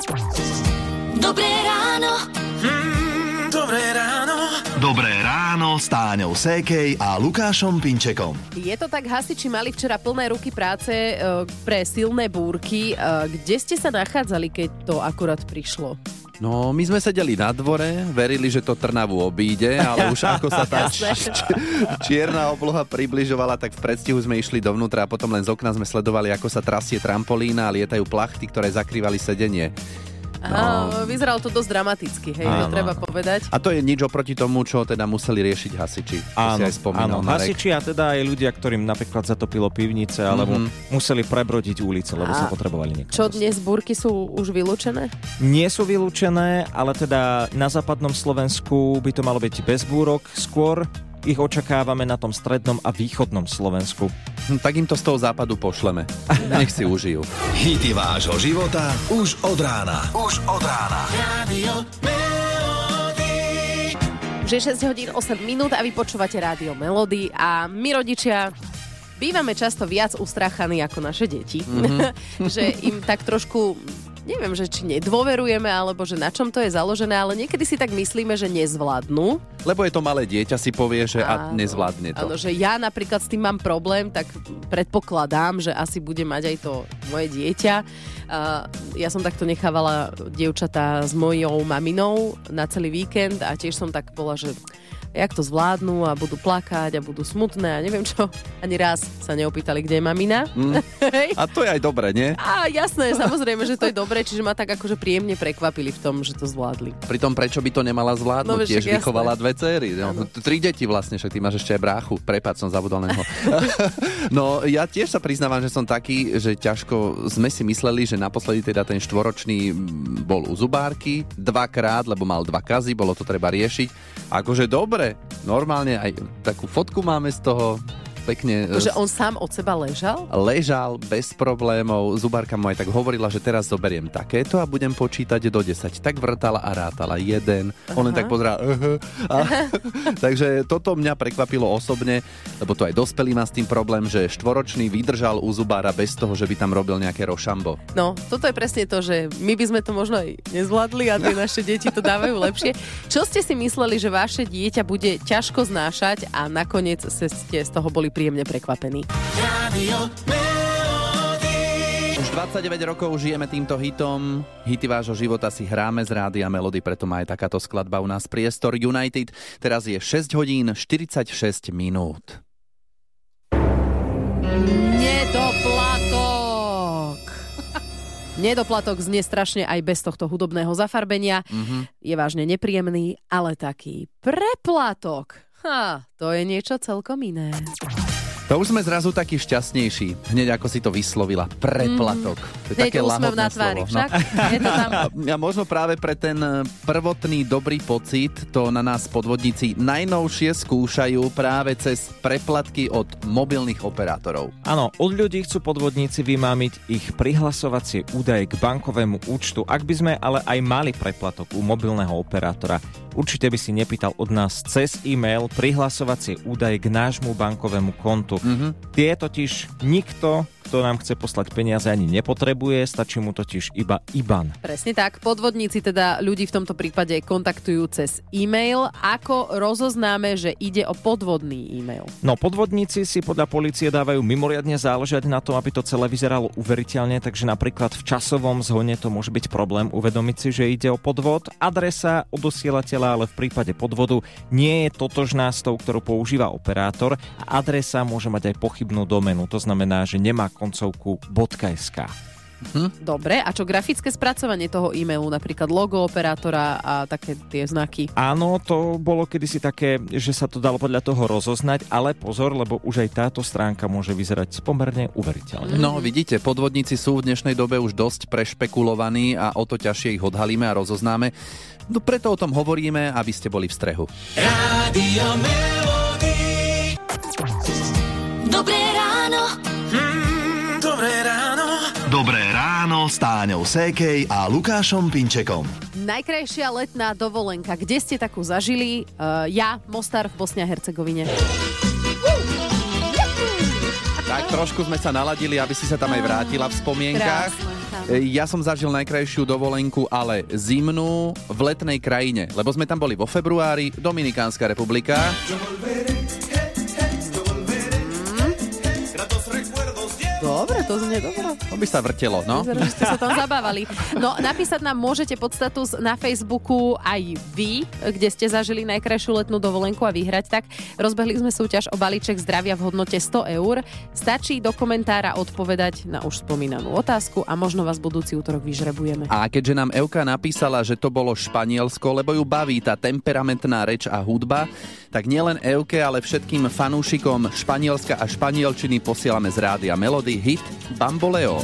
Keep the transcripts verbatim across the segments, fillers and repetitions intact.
Dobré ráno. Mm, dobré ráno. Dobré ráno s Táňou Sékej a Lukášom Pinčekom. Je to tak, hasiči mali včera plné ruky práce e, pre silné búrky. E, kde ste sa nachádzali, keď to akurát prišlo? No, my sme sedeli na dvore, verili, že to Trnavu obíde, ale už ako sa tá č- č- čierna obloha približovala, tak v predstihu sme išli dovnútra a potom len z okna sme sledovali, ako sa trasie trampolína a lietajú plachty, ktoré zakrývali sedenie. No. Aha, vyzeralo to dosť dramaticky, hej, to treba povedať. A to je nič oproti tomu, čo teda museli riešiť hasiči. Áno, si aj spomínal, áno. Hasiči a teda aj ľudia, ktorým napríklad zatopilo pivnice, alebo mm-hmm. museli prebrodiť ulice, lebo a sa potrebovali niekto. Čo dnes búrky sú už vylúčené? Nie sú vylúčené, ale teda na západnom Slovensku by to malo byť bez búrok. Skôr ich očakávame na tom strednom a východnom Slovensku. Hm, tak im to z toho západu pošleme. Nech si užijú. Hity vášho života už od rána. Už od rána. Radio Melody. Už je šesť hodín osem minút a vy počúvate Rádio Melody a my rodičia bývame často viac ustráchaní ako naše deti. Mm-hmm. Že im tak trošku... Neviem, že či nedôverujeme, alebo že na čom to je založené, ale niekedy si tak myslíme, že nezvládnu. Lebo je to malé dieťa, si povie, že áno, a nezvládne to. Áno, že ja napríklad s tým mám problém, tak predpokladám, že asi bude mať aj to moje dieťa. Uh, ja som takto nechávala dievčatá s mojou maminou na celý víkend a tiež som tak bola, že jak to zvládnu a budú plakať a budú smutné a neviem čo. Ani raz sa neopýtali, kde je mamina. Mm. A to je aj dobre, nie? Á, jasné, samozrejme, že to je dobre, čiže ma tak akože príjemne prekvapili v tom, že to zvládli. Pritom prečo by to nemala zvládnuť? No, tiež však vychovala jasné. dve dcéry. No, tri deti vlastne, však ty máš ešte aj bráchu. Prepáč, som zabudol na neho. No, ja tiež sa priznávam, že som taký, že ťažko sme si mysleli, že naposledy teda ten štvoročný bol u zubárky dvakrát, lebo mal dva kazy, bolo to treba riešiť. Akože dobre, normálne aj takú fotku máme z toho pekne. Že on sám od seba ležal? Ležal bez problémov. Zubárka mu aj tak hovorila, že teraz zoberiem takéto a budem počítať do desať. Tak vrtala a rátala jeden. Aha. On len tak pozerá. Uh-huh. A, takže toto mňa prekvapilo osobne, lebo to aj dospelý má s tým problém, že štvoročný vydržal u zubára bez toho, že by tam robil nejaké rošambo. No, toto je presne to, že my by sme to možno aj nezvládli a tie naše deti to dávajú lepšie. Čo ste si mysleli, že vaše dieťa bude ťažko znášať a nakoniec ste z toho boli príjemne prekvapení. Radio Melody. Už dvadsaťdeväť rokov žijeme týmto hitom. Hity vášho života si hráme z Rádia Melody, preto má aj takáto skladba u nás Priestor United. Teraz je šesť hodín štyridsaťšesť minút. Nedoplatok! Nedoplatok znie strašne aj bez tohto hudobného zafarbenia. Mm-hmm. Je vážne nepríjemný, ale taký preplatok. Ha, to je niečo celkom iné. To už sme zrazu takí šťastnejší, hneď ako si to vyslovila. Preplatok. Mm. To je také úsmev lahodné na tvári, slovo. však? No. Je to tam. A možno práve pre ten prvotný dobrý pocit to na nás podvodníci najnovšie skúšajú práve cez preplatky od mobilných operátorov. Áno, od ľudí chcú podvodníci vymámiť ich prihlasovacie údaje k bankovému účtu. Ak by sme ale aj mali preplatok u mobilného operátora, určite by si nepýtal od nás cez e-mail prihlasovacie údaje k nášmu bankovému kontu. Mm-hmm. Tie totiž nikto, kto nám chce poslať peniaze, ani nepotrebuje, stačí mu totiž iba í ban. Presne tak, podvodníci teda ľudí v tomto prípade kontaktujú cez e-mail. Ako rozoznáme, že ide o podvodný e-mail? No, podvodníci si podľa polície dávajú mimoriadne záležať na tom, aby to celé vyzeralo uveriteľne, takže napríklad v časovom zhone to môže byť problém uvedomiť si, že ide o podvod. Adresa odosielateľa ale v prípade podvodu nie je totožná s tou, ktorú používa operátor a adresa môže mať aj pochybnú doménu, to znamená, že nemá koncovku .sk. Hm? Dobre, a čo grafické spracovanie toho e-mailu, napríklad logo operátora a také tie znaky? Áno, to bolo kedysi také, že sa to dalo podľa toho rozoznať, ale pozor, lebo už aj táto stránka môže vyzerať pomerne uveriteľne. No, vidíte, podvodníci sú v dnešnej dobe už dosť prešpekulovaní a o to ťažšie ich odhalíme a rozoznáme. No preto o tom hovoríme, aby ste boli v strehu. Radio Melody. Dobré ráno. Mm, dobré ráno. Dobré ráno s Táňou Sékej a Lukášom Pinčekom. Najkrajšia letná dovolenka. Kde ste takú zažili? Uh, ja, Mostar v Bosne a Hercegovine. Tak trošku sme sa naladili, aby si sa tam aj vrátila v spomienkach. Krásne tam. Ja som zažil najkrajšiu dovolenku, ale zimnú v letnej krajine, lebo sme tam boli vo februári, Dominikánska republika. Dobre, to znie dobro. To by sa vrtelo, no. Vyzerá, že ste sa tam zabávali. No, napísať nám môžete pod status na Facebooku aj vy, kde ste zažili najkrajšiu letnú dovolenku a vyhrať tak. Rozbehli sme súťaž o balíček zdravia v hodnote sto eur. Stačí do komentára odpovedať na už spomínanú otázku a možno vás budúci útorok vyžrebujeme. A keďže nám Evka napísala, že to bolo Španielsko, lebo ju baví tá temperamentná reč a hudba, tak nielen Evke, ale všetkým fanúšikom Španielska a španielčiny posielame z Rádia Melody hit Bamboleo.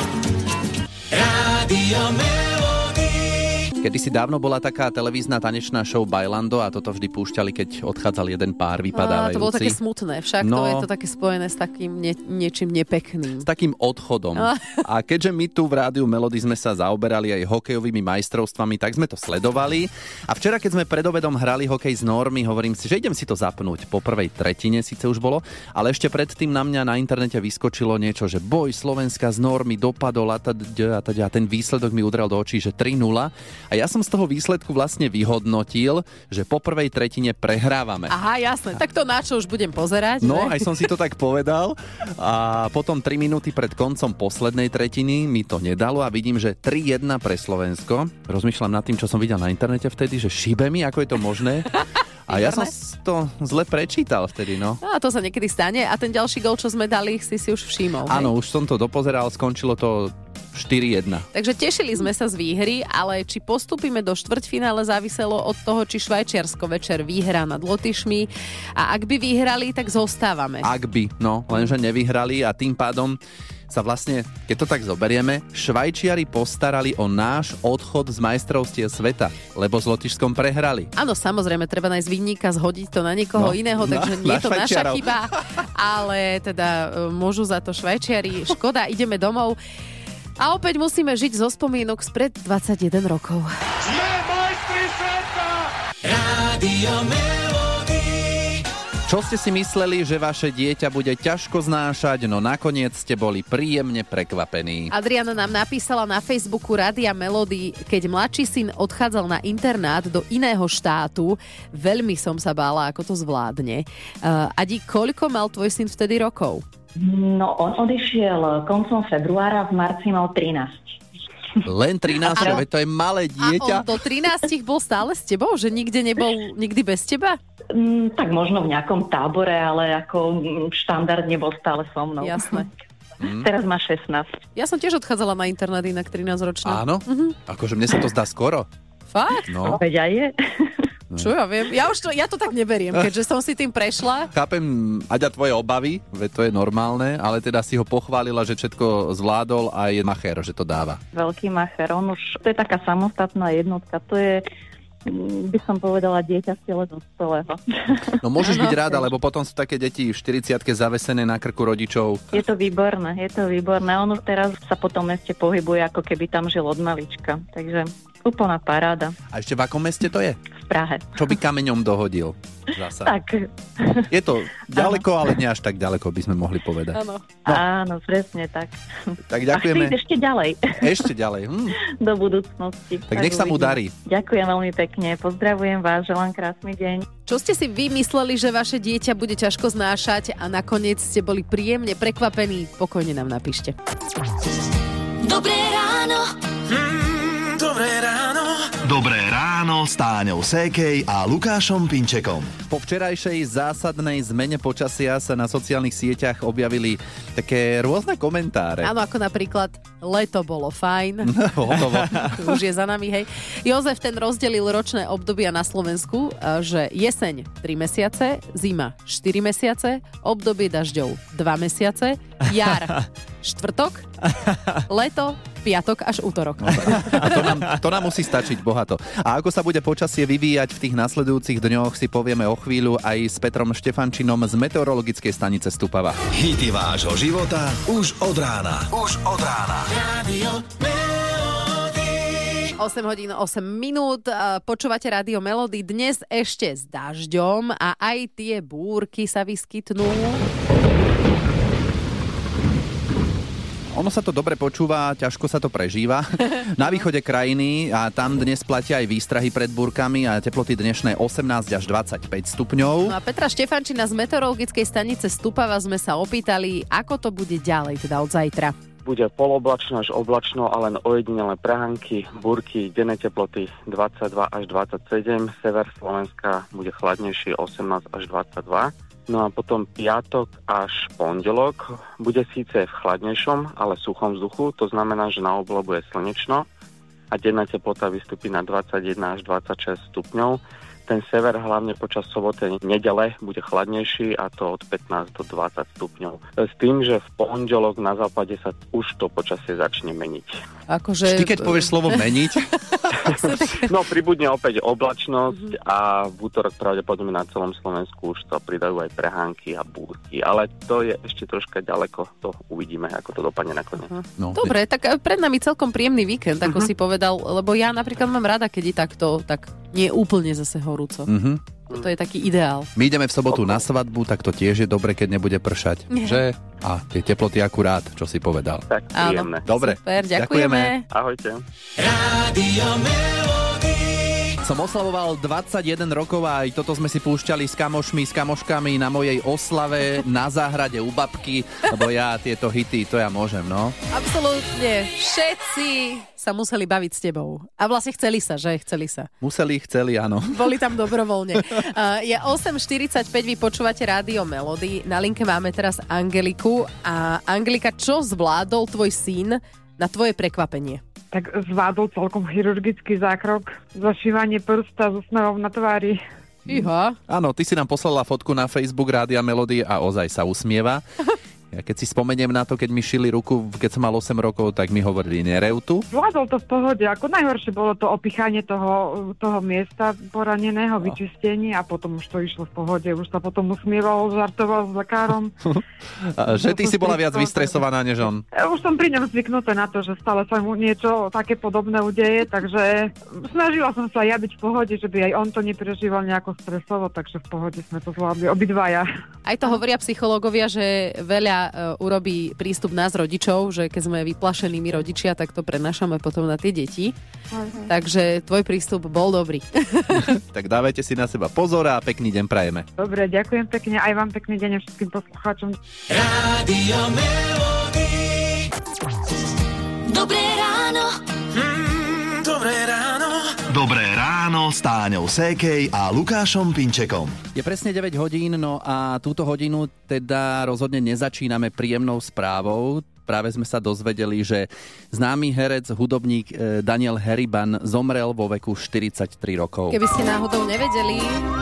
Rádio Melody. Kedysi dávno bola taká televízna tanečná show Bailando a toto vždy púšťali, keď odchádzal jeden pár vypadávajúci. A to bolo také smutné, však no, to je to také spojené s takým nie, niečím nepekným. S takým odchodom. A keďže my tu v Rádiu Melody sme sa zaoberali aj hokejovými majstrovstvami, tak sme to sledovali. A včera, keď sme pred obedom hrali hokej z Normy, hovorím si, že idem si to zapnúť. Po prvej tretine síce už bolo, ale ešte predtým na mňa na internete vyskočilo niečo, že boj Slovenska z Normy dopadol a, teda, a, teda, a ten výsledok mi udrel do očí, že tri nula. A ja som z toho výsledku vlastne vyhodnotil, že po prvej tretine prehrávame. Aha, jasné. Tak to na čo už budem pozerať? No, že? aj som si to tak povedal. A potom tri minúty pred koncom poslednej tretiny mi to nedalo a vidím, že tri jedna pre Slovensko. Rozmýšľam nad tým, čo som videl na internete vtedy, že šíbe mi, ako je to možné. A ja som to zle prečítal vtedy, no. No a to sa niekedy stane. A ten ďalší gól, čo sme dali, si si už všimol. Áno, už som to dopozeral, skončilo to štyri jedna. Takže tešili sme sa z výhry, ale či postúpime do štvrťfinále záviselo od toho, či Švajčiarsko večer vyhrá nad Lotyšmi a ak by vyhrali, tak zostávame. Ak by, no, lenže nevyhrali a tým pádom sa vlastne, keď to tak zoberieme, Švajčiari postarali o náš odchod z majstrovstiev sveta, lebo s Lotyšskom prehrali. Áno, samozrejme, treba nájsť vinníka, zhodiť to na niekoho No, iného, na- takže nie na je to naša Švajčiarov. chyba, ale teda e, môžu za to Švajčiari. Škoda, ideme domov. A opäť musíme žiť zo spomienok spred dvadsaťjeden rokov. Rádio Melody. Čo ste si mysleli, že vaše dieťa bude ťažko znášať, no nakoniec ste boli príjemne prekvapení. Adriana nám napísala na Facebooku Rádia Melody, keď mladší syn odchádzal na internát do iného štátu, veľmi som sa bála, ako to zvládne. Uh, Adi, koľko mal tvoj syn vtedy rokov? No, on odišiel koncom februára, v marci mal trinásť. Len trinásť, veď to je malé A dieťa. on do trinástich bol stále s tebou? Že nikde nebol nikdy bez teba? Mm, tak možno v nejakom tábore, ale ako mm, štandardne bol stále so mnou. Jasné. Teraz má šestnásť. Ja som tiež odchádzala na internát inak trinásťročná. Áno? Akože mne sa to zdá skoro. Fakt? No. Veď aj je. Čo ja viem? Ja už to, ja to tak neberiem, keďže som si tým prešla. Chápem, Aďa, tvoje obavy, veď to je normálne, ale teda si ho pochválila, že všetko zvládol a je macher, že to dáva. Veľký macher. On už, to je taká samostatná jednotka. To je, mm, by som povedala, dieťa z tela dospelého. No môžeš Áno. byť rada, lebo potom sú také deti v štyridsiatke zavesené na krku rodičov. Je to výborné, je to výborné. On už teraz sa po tom meste pohybuje, ako keby tam žil od malička. Takže úplná paráda. A ešte v akom meste to je? V Prahe. Čo by kameňom dohodil? Zasa. Tak, Je to ďaleko, ale nie až tak ďaleko, by sme mohli povedať. Áno. áno, presne tak. Tak A ďakujeme. chce ísť ešte ďalej Ešte ďalej. Hm. do budúcnosti. Tak nech sa mu uvidíme. darí. Ďakujem veľmi pekne, pozdravujem vás, želám krásny deň. Čo ste si vy mysleli, že vaše dieťa bude ťažko znášať a nakoniec ste boli príjemne prekvapení? Pokojne nám napíšte. Dobré ráno. Mm, dobré ráno. Dobré ráno s Táňou Sékej a Lukášom Pinčekom. Po včerajšej zásadnej zmene počasia sa na sociálnych sieťach objavili také rôzne komentáre. Áno, ako napríklad leto bolo fajn. Hotovo. Už je za nami, hej. Jozef ten rozdelil ročné obdobia na Slovensku, že jeseň tri mesiace, zima štyri mesiace, obdobie dažďov dva mesiace, jar štvrtok, leto piatok až útorok. A to nám, to nám musí stačiť bohato. A ako sa bude počasie vyvíjať v tých nasledujúcich dňoch, si povieme o chvíľu aj s Petrom Štefančinom z meteorologickej stanice Stupava. Hity vášho života už od rána. Už od rána. Rádio Melody. osem hodín osem minút, počúvate Rádio Melody, dnes ešte s dažďom a aj tie búrky sa vyskytnú. Ono sa to dobre počúva, ťažko sa to prežíva. Na východe krajiny a tam dnes platia aj výstrahy pred búrkami a teploty dnešné osemnásť až dvadsaťpäť stupňov. No a Petra Štefančina z meteorologickej stanice Stupava sme sa opýtali, ako to bude ďalej, teda od zajtra. Bude poloblačno až oblačno a len ojedinelé prehánky, búrky, denné teploty dvadsaťdva až dvadsaťsedem, sever Slovenska bude chladnejší osemnásť až dvadsaťdva. No a potom piatok až pondelok bude síce v chladnejšom, ale suchom vzduchu, to znamená, že na oblohe bude slnečno a denná teplota vystúpi na dvadsaťjeden až dvadsaťšesť stupňov. Ten sever hlavne počas soboty nedele bude chladnejší a to od pätnásť do dvadsať stupňov. S tým, že v pondelok na západe sa už to počasie začne meniť. Akože... Ty keď povieš slovo meniť... No, pribudne opäť oblačnosť a v útorok pravdepodobne na celom Slovensku už sa pridajú aj prehánky a búrky. Ale to je ešte troška ďaleko. To uvidíme, ako to dopadne nakoniec. No, Dobre, tak pred nami celkom príjemný víkend, ako uh-huh. si povedal, lebo ja napríklad mám rada, keď je takto, tak nie úplne zase horúco. Mhm. To je taký ideál. My ideme v sobotu na svadbu, tak to tiež je dobre, keď nebude pršať. Že? A tie teploty akurát, čo si povedal. Tak príjemné. Dobre. Super, ďakujeme. Ahojte. Rádio Melody. Som oslavoval dvadsaťjeden rokov a aj toto sme si púšťali s kamošmi, s kamoškami na mojej oslave na záhrade u babky, lebo ja tieto hity, to ja môžem, no. Absolútne. Všetci sa museli baviť s tebou. A vlastne chceli sa, že? Chceli sa. Museli, chceli, áno. Boli tam dobrovoľne. Uh, je osem štyridsaťpäť, vy počúvate Rádio Melody. Na linke máme teraz Angeliku. A Angelika, čo zvládol tvoj syn na tvoje prekvapenie? Tak zvládol celkom chirurgický zákrok. Zašívanie prsta s úsmevom na tvári. Iha. Áno, ty si nám poslala fotku na Facebook Rádia Melody a ozaj sa usmieva. Ja keď si spomeniem na to, keď mi šili ruku, keď som mal osem rokov, tak mi hovorili nerev tu. Zvládol to v pohode. Ako najhoršie bolo to opichanie toho, toho miesta poraneného, no. Vyčistenie a potom už to išlo v pohode. Už sa potom usmieval, žartoval s lekárom. A že ty si bola viac vystresovaná než on? Už som pri ňom zvyknutá na to, že stále sa mu niečo také podobné udeje, takže snažila som sa ja byť v pohode, že by aj on to neprežíval nejako stresovo, takže v pohode sme to zvládli obidvaja. Aj to hovoria psychológovia, že veľa urobí prístup nás rodičov, že keď sme vyplašení my rodičia, tak to prenášame potom na tie deti. Uh-huh. Takže tvoj prístup bol dobrý. Tak dávajte si na seba pozor a pekný deň prajeme. Dobre, ďakujem pekne, aj vám pekný deň všetkým poslucháčom. Rádio Melody. Dobré ráno. Mm, dobré ráno. Dobré ráno s Táňou Sékej a Lukášom Pinčekom. Je presne deväť hodín, no a túto hodinu teda rozhodne nezačíname príjemnou správou. Práve sme sa dozvedeli, že známy herec, hudobník Daniel Heriban zomrel vo veku štyridsaťtri rokov. Keby ste náhodou nevedeli...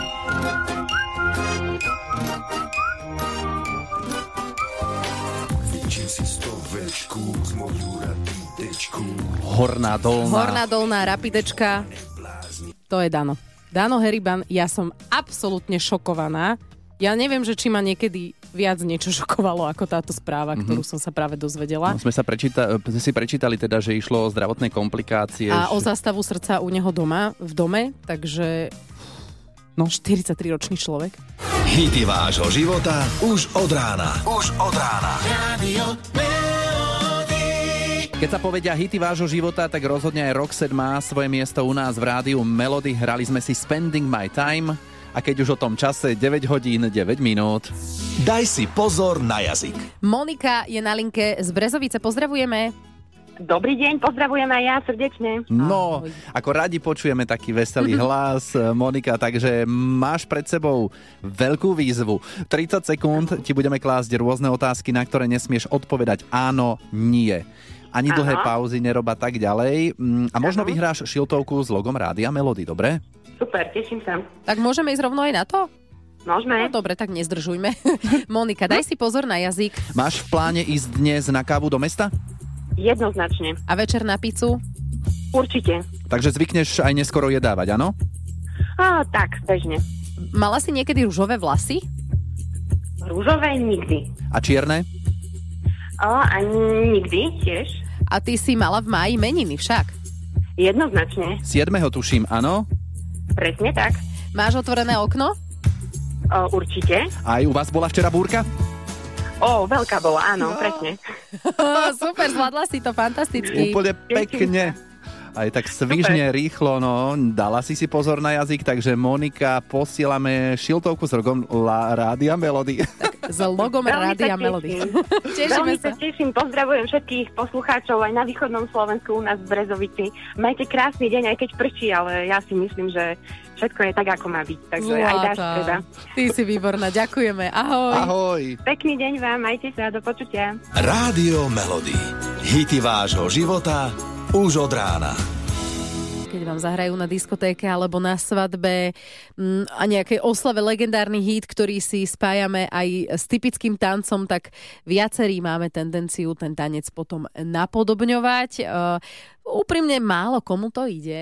Horná dolná. Horná dolná rapidečka. To je Dano. Dano Heriban, ja som absolútne šokovaná. Ja neviem, že či ma niekedy viac niečo šokovalo ako táto správa, mm-hmm. ktorú som sa práve dozvedela. No, sme, sa prečíta- sme si prečítali teda, že išlo o zdravotné komplikácie. A že... o zástavu srdca u neho doma, v dome, takže no, štyridsaťtriročný človek. Hity vášho života už od rána. Už od rána. Rádio Melody. Keď sa povedia hity vášho života, tak rozhodne aj Roxette má svoje miesto u nás v rádiu Melody. Hrali sme si Spending My Time a keď už o tom čase deväť hodín deväť minút. Daj si pozor na jazyk. Monika je na linke z Brezovice. Pozdravujeme. Dobrý deň, pozdravujem aj ja srdečne. No, ako radi počujeme taký veselý hlas, Monika, takže máš pred sebou veľkú výzvu. tridsať sekúnd ti budeme klásť rôzne otázky, na ktoré nesmieš odpovedať áno, nie. Ani dlhé Aha. pauzy, neroba tak ďalej. A možno Aha. vyhráš šiltovku s logom Rádia Melody, dobre? Super, teším sa. Tak môžeme ísť rovno aj na to? Môžeme. No dobre, tak nezdržujme. Monika, daj si pozor na jazyk. Máš v pláne ísť dnes na kávu do mesta? Jednoznačne. A večer na pizzu? Určite. Takže zvykneš aj neskoro jedávať, áno? Á, tak, bežne. Mala si niekedy ružové vlasy? Ružové nikdy. A čierne? Á, ani nikdy tiež. A ty si mala v máji meniny však? Jednoznačne. siedmeho tuším, áno? Presne tak. Máš otvorené okno? O, určite. Aj u vás bola včera búrka? Ó, veľká bola, áno, no. presne. Super, zvládla si to fantasticky. Úplne pekne. Aj tak svižne, rýchlo, no. Dala si si pozor na jazyk, takže Monika, posielame šiltovku s logom La Rádia Melody. Tak, s logom Rádia Melody. Veľmi sa teším, pozdravujem všetkých poslucháčov aj na východnom Slovensku, u nás v Brezovici. Majte krásny deň, aj keď prčí, ale ja si myslím, že všetko je tak, ako má byť. Takže Zlata. Aj dáš teda. Ty si výborná, ďakujeme. Ahoj. Ahoj. Pekný deň vám, majte sa, do počutia. Rádio Melody. Hity vášho života už od rána. Keď vám zahrajú na diskotéke alebo na svadbe m, a nejakej oslave legendárny hit, ktorý si spájame aj s typickým tancom, tak viacerí máme tendenciu ten tanec potom napodobňovať. Uh, úprimne málo komu to ide.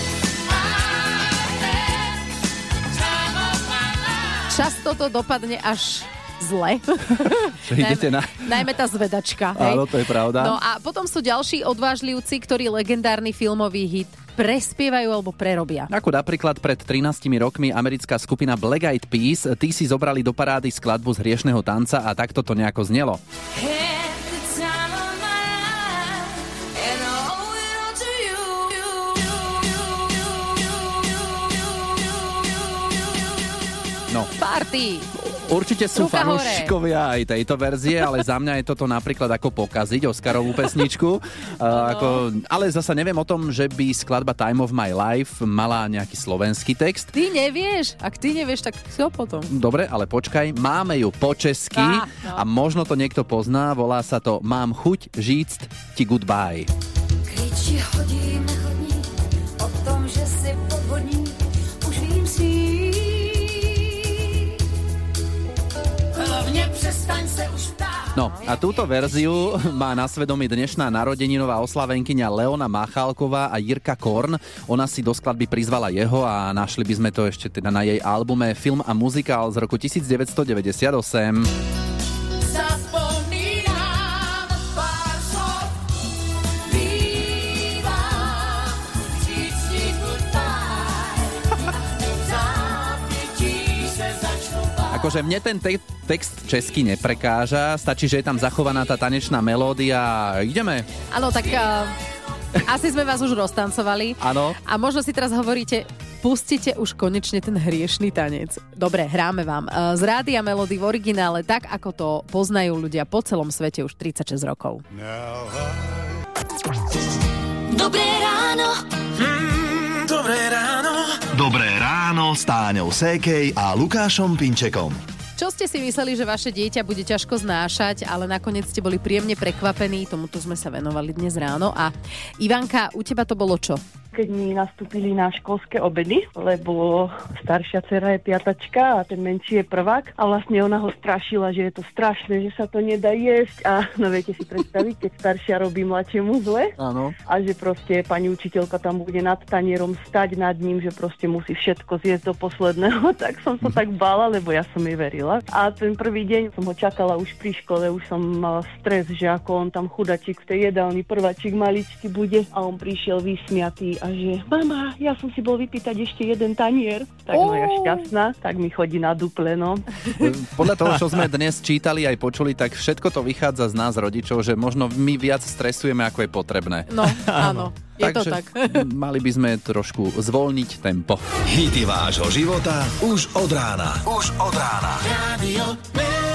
Často to dopadne až zle. Idete na... Najmä tá zvedačka. Hej? Áno, to je pravda. No a potom sú ďalší odvážlivci, ktorí legendárny filmový hit prespievajú alebo prerobia. Ako napríklad pred trinástimi rokmi americká skupina Black Eyed Peas, tí si zobrali do parády skladbu z Hriešneho tanca a takto to nejako znelo. No. Party! Určite sú Ruka fanúšikovia aj tejto verzie, ale za mňa je toto napríklad ako pokaziť Oscarovú pesničku. Uh, ako, ale zasa neviem o tom, že by skladba Time of My Life mala nejaký slovenský text. Ty nevieš? Ak ty nevieš, tak čo potom? Dobre, ale počkaj, máme ju po česky ah, no. a možno to niekto pozná, volá sa to Mám chuť žíct ti goodbye. Kriči hodí, nehodí, o tom, že si podvodní, už vím si. No a túto verziu má na svedomí dnešná narodeninová oslavenkyňa Leona Machálková a Jirka Korn. Ona si do skladby prizvala jeho a našli by sme to ešte teda na jej albume Film a muzikál z roku devätnásťstodeväťdesiatosem. Akože mne ten te- text česky neprekáža, stačí, že je tam zachovaná tá tanečná melódia a ideme. Áno, tak uh, asi sme vás už roztancovali. Áno. A možno si teraz hovoríte, pustite už konečne ten hriešný tanec. Dobre, hráme vám uh, z Rádia Melody v originále, tak ako to poznajú ľudia po celom svete už tridsaťšesť rokov. Dobré ráno. Mm, dobré ráno. Dobré ráno s Táňou Sékej a Lukášom Pinčekom. Čo ste si mysleli, že vaše dieťa bude ťažko znášať, ale nakoniec ste boli príjemne prekvapení, tomuto sme sa venovali dnes ráno. A Ivanka, u teba to bolo čo? Keď mi nastúpili na školské obedy, lebo staršia dcera je piatačka a ten menší je prvák a vlastne ona ho strašila, že je to strašné, že sa to nedá jesť a no viete si predstaviť, keď staršia robí mladšiemu zle. Áno. A že proste pani učiteľka tam bude nad tanierom stať nad ním, že proste musí všetko zjesť do posledného, tak som sa tak bála, lebo ja som jej verila. A ten prvý deň som ho čakala už pri škole, už som mala stres, že ako on tam chudačík v tej jedálni, prváčik maličky bude a on prišiel vysmiatý a že mama, ja som si bol vypýtať ešte jeden tanier. Tak oh. moja šťastná, tak mi chodí na duple, no. Podľa toho, čo sme dnes čítali aj počuli, tak všetko to vychádza z nás rodičov, že možno my viac stresujeme, ako je potrebné. No, áno. Je Takže to tak. mali by sme trošku zvolniť tempo. Hity vášho života už od rána. Už od rána. Rádio